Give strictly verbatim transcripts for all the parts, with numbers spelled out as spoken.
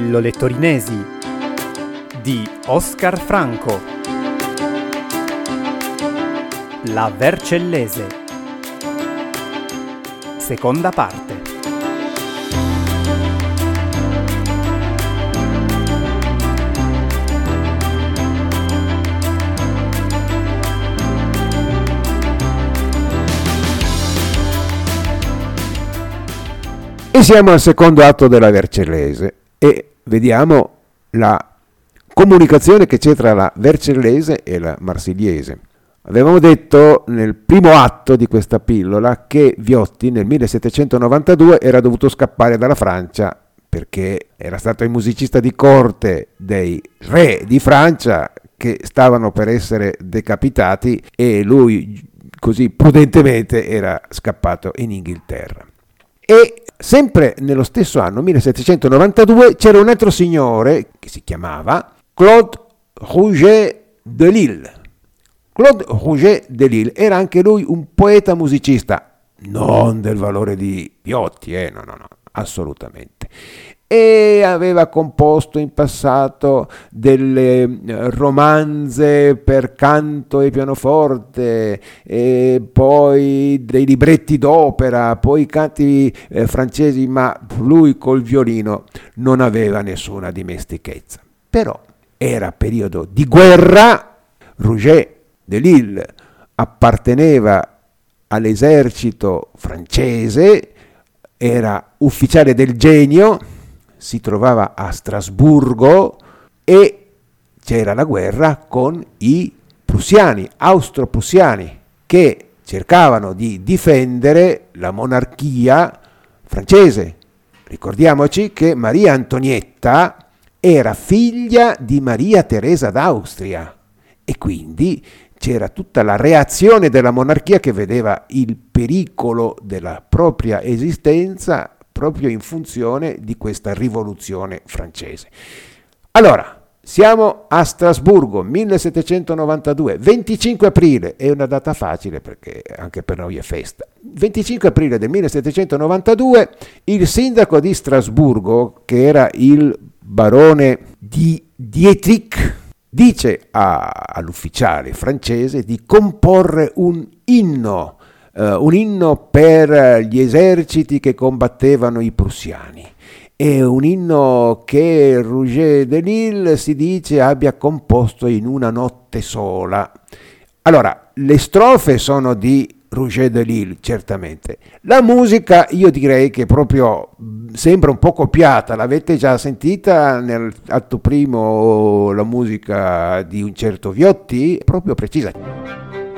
Pillole torinesi di Oscar Franco. La Vercellese. Seconda parte. E siamo al secondo atto della Vercellese e vediamo la comunicazione che c'è tra la Vercellese e la Marsigliese. Avevamo detto nel primo atto di questa pillola che Viotti nel millesettecentonovantadue era dovuto scappare dalla Francia perché era stato il musicista di corte dei re di Francia che stavano per essere decapitati e lui così prudentemente era scappato in Inghilterra. E sempre nello stesso anno, millesettecentonovantadue, c'era un altro signore che si chiamava Claude Rouget de Lille. Claude Rouget de Lille era anche lui un poeta musicista, non del valore di Viotti, eh, no, no, no, assolutamente. E aveva composto in passato delle romanze per canto e pianoforte, e poi dei libretti d'opera, poi canti eh, francesi, ma lui col violino non aveva nessuna dimestichezza. Però era periodo di guerra, Rouget de Lille apparteneva all'esercito francese, era ufficiale del Genio, si trovava a Strasburgo e c'era la guerra con i prussiani, austro-prussiani, che cercavano di difendere la monarchia francese. Ricordiamoci che Maria Antonietta era figlia di Maria Teresa d'Austria e quindi c'era tutta la reazione della monarchia che vedeva il pericolo della propria esistenza proprio in funzione di questa rivoluzione francese. Allora, siamo a Strasburgo, millesettecentonovantadue, venticinque aprile, è una data facile perché anche per noi è festa. venticinque aprile del millesettecentonovantadue, il sindaco di Strasburgo, che era il barone di Dietrich, dice a, all'ufficiale francese di comporre un inno, uh, un inno per gli eserciti che combattevano i prussiani. È un inno che Rouget de Lille si dice abbia composto in una notte sola. Allora, le strofe sono di Rouget de Lille, certamente. La musica io direi che proprio sembra un po' copiata, l'avete già sentita nell'atto primo, la musica di un certo Viotti, proprio precisa.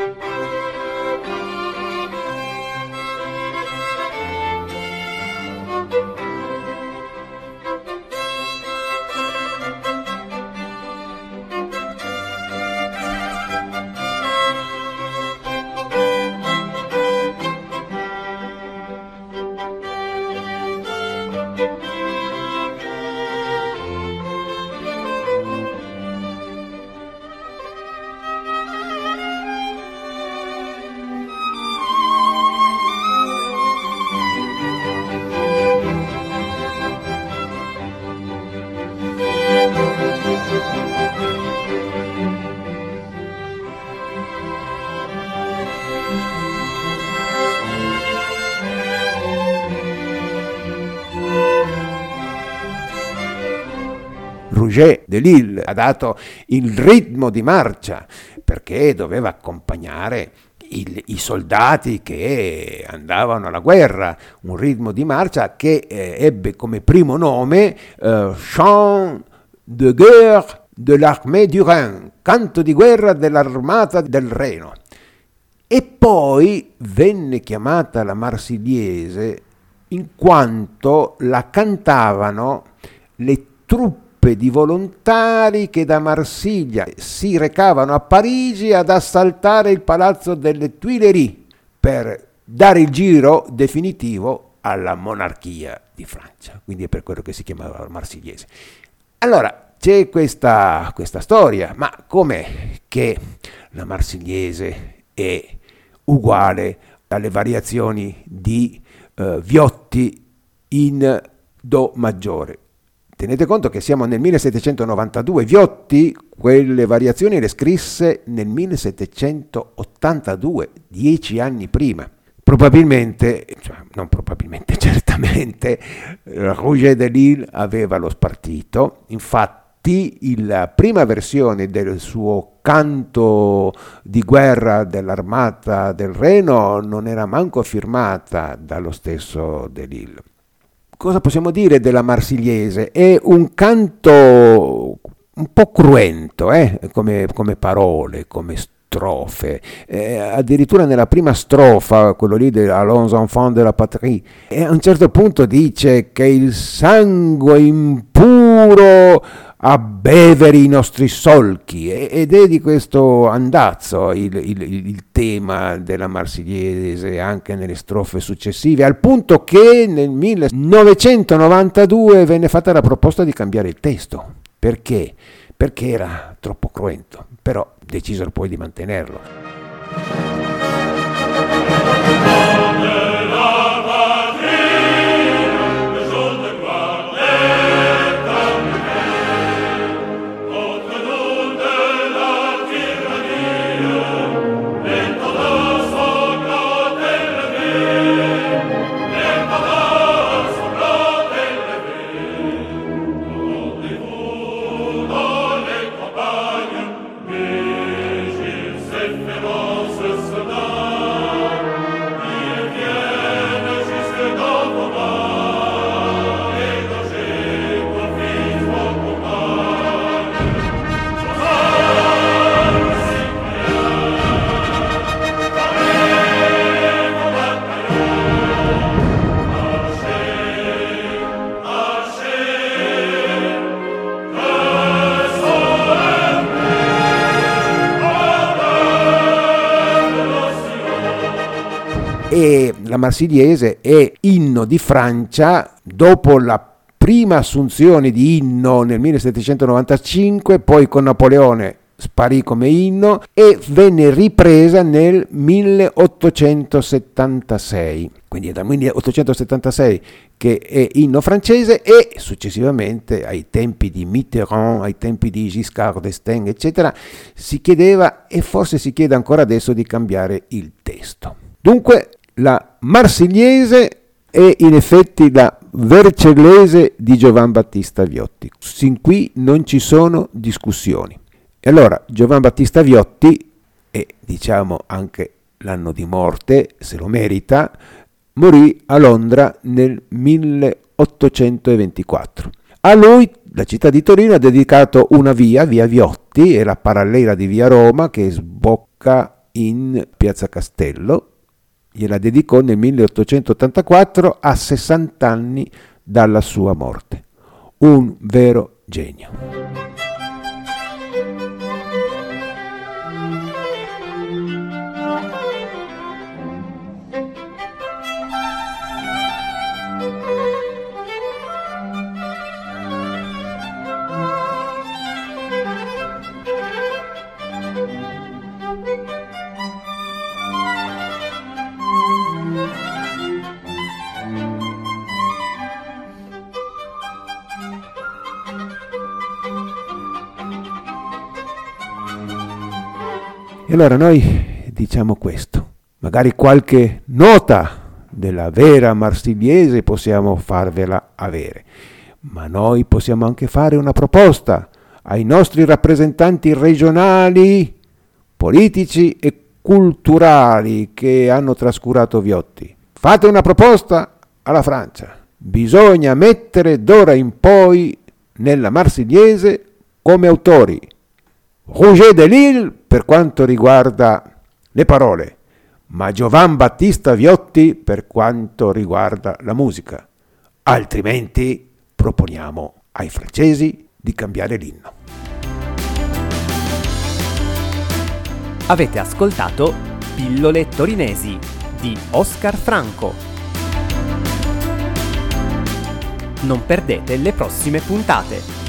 Rouget de Lille ha dato il ritmo di marcia perché doveva accompagnare il, i soldati che andavano alla guerra, un ritmo di marcia che eh, ebbe come primo nome eh, Chant de guerre de l'armée du Rhin, canto di guerra dell'armata del Reno. E poi venne chiamata la Marsigliese in quanto la cantavano le truppe di volontari che da Marsiglia si recavano a Parigi ad assaltare il palazzo delle Tuileries per dare il giro definitivo alla monarchia di Francia, quindi è per quello che si chiamava Marsigliese. Allora c'è questa, questa storia, ma com'è che la Marsigliese è uguale alle variazioni di uh, Viotti in Do maggiore? Tenete conto che siamo nel millesettecentonovantadue, Viotti quelle variazioni le scrisse nel millesettecentottantadue, dieci anni prima. Probabilmente, cioè non probabilmente, certamente, Rouget de Lille aveva lo spartito, infatti la prima versione del suo canto di guerra dell'armata del Reno non era manco firmata dallo stesso de Lille. Cosa possiamo dire della Marsigliese? È un canto un po' cruento, eh? come, come parole, come strofe. Eh, addirittura nella prima strofa, quello lì di Allons enfants de la patrie, e a un certo punto dice che il sangue impuro a bevere i nostri solchi, ed è di questo andazzo il, il, il tema della Marsigliese anche nelle strofe successive, al punto che nel millenovecentonovantadue venne fatta la proposta di cambiare il testo. Perché? Perché era troppo cruento, però decisero poi di mantenerlo. E la Marsigliese è inno di Francia dopo la prima assunzione di inno nel millesettecentonovantacinque, poi con Napoleone sparì come inno e venne ripresa nel milleottocentosettantasei. Quindi è dal milleottocentosettantasei che è inno francese, e successivamente ai tempi di Mitterrand, ai tempi di Giscard d'Estaing, eccetera, si chiedeva, e forse si chiede ancora adesso, di cambiare il testo. Dunque la Marsigliese è in effetti la Vercellese di Giovan Battista Viotti. Sin qui non ci sono discussioni. E allora Giovan Battista Viotti, e diciamo anche l'anno di morte, se lo merita, morì a Londra nel milleottocentoventiquattro. A lui la città di Torino ha dedicato una via, via Viotti, è la parallela di via Roma che sbocca in piazza Castello. Gliela dedicò nel milleottocentottantaquattro, a sessanta anni dalla sua morte. Un vero genio. E allora noi diciamo questo, magari qualche nota della vera Marsigliese possiamo farvela avere, ma noi possiamo anche fare una proposta ai nostri rappresentanti regionali, politici e culturali che hanno trascurato Viotti. Fate una proposta alla Francia, bisogna mettere d'ora in poi nella Marsigliese come autori Rouget de Lille per quanto riguarda le parole, ma Giovan Battista Viotti per quanto riguarda la musica. Altrimenti proponiamo ai francesi di cambiare l'inno. Avete ascoltato Pillole torinesi di Oscar Franco. Non perdete le prossime puntate.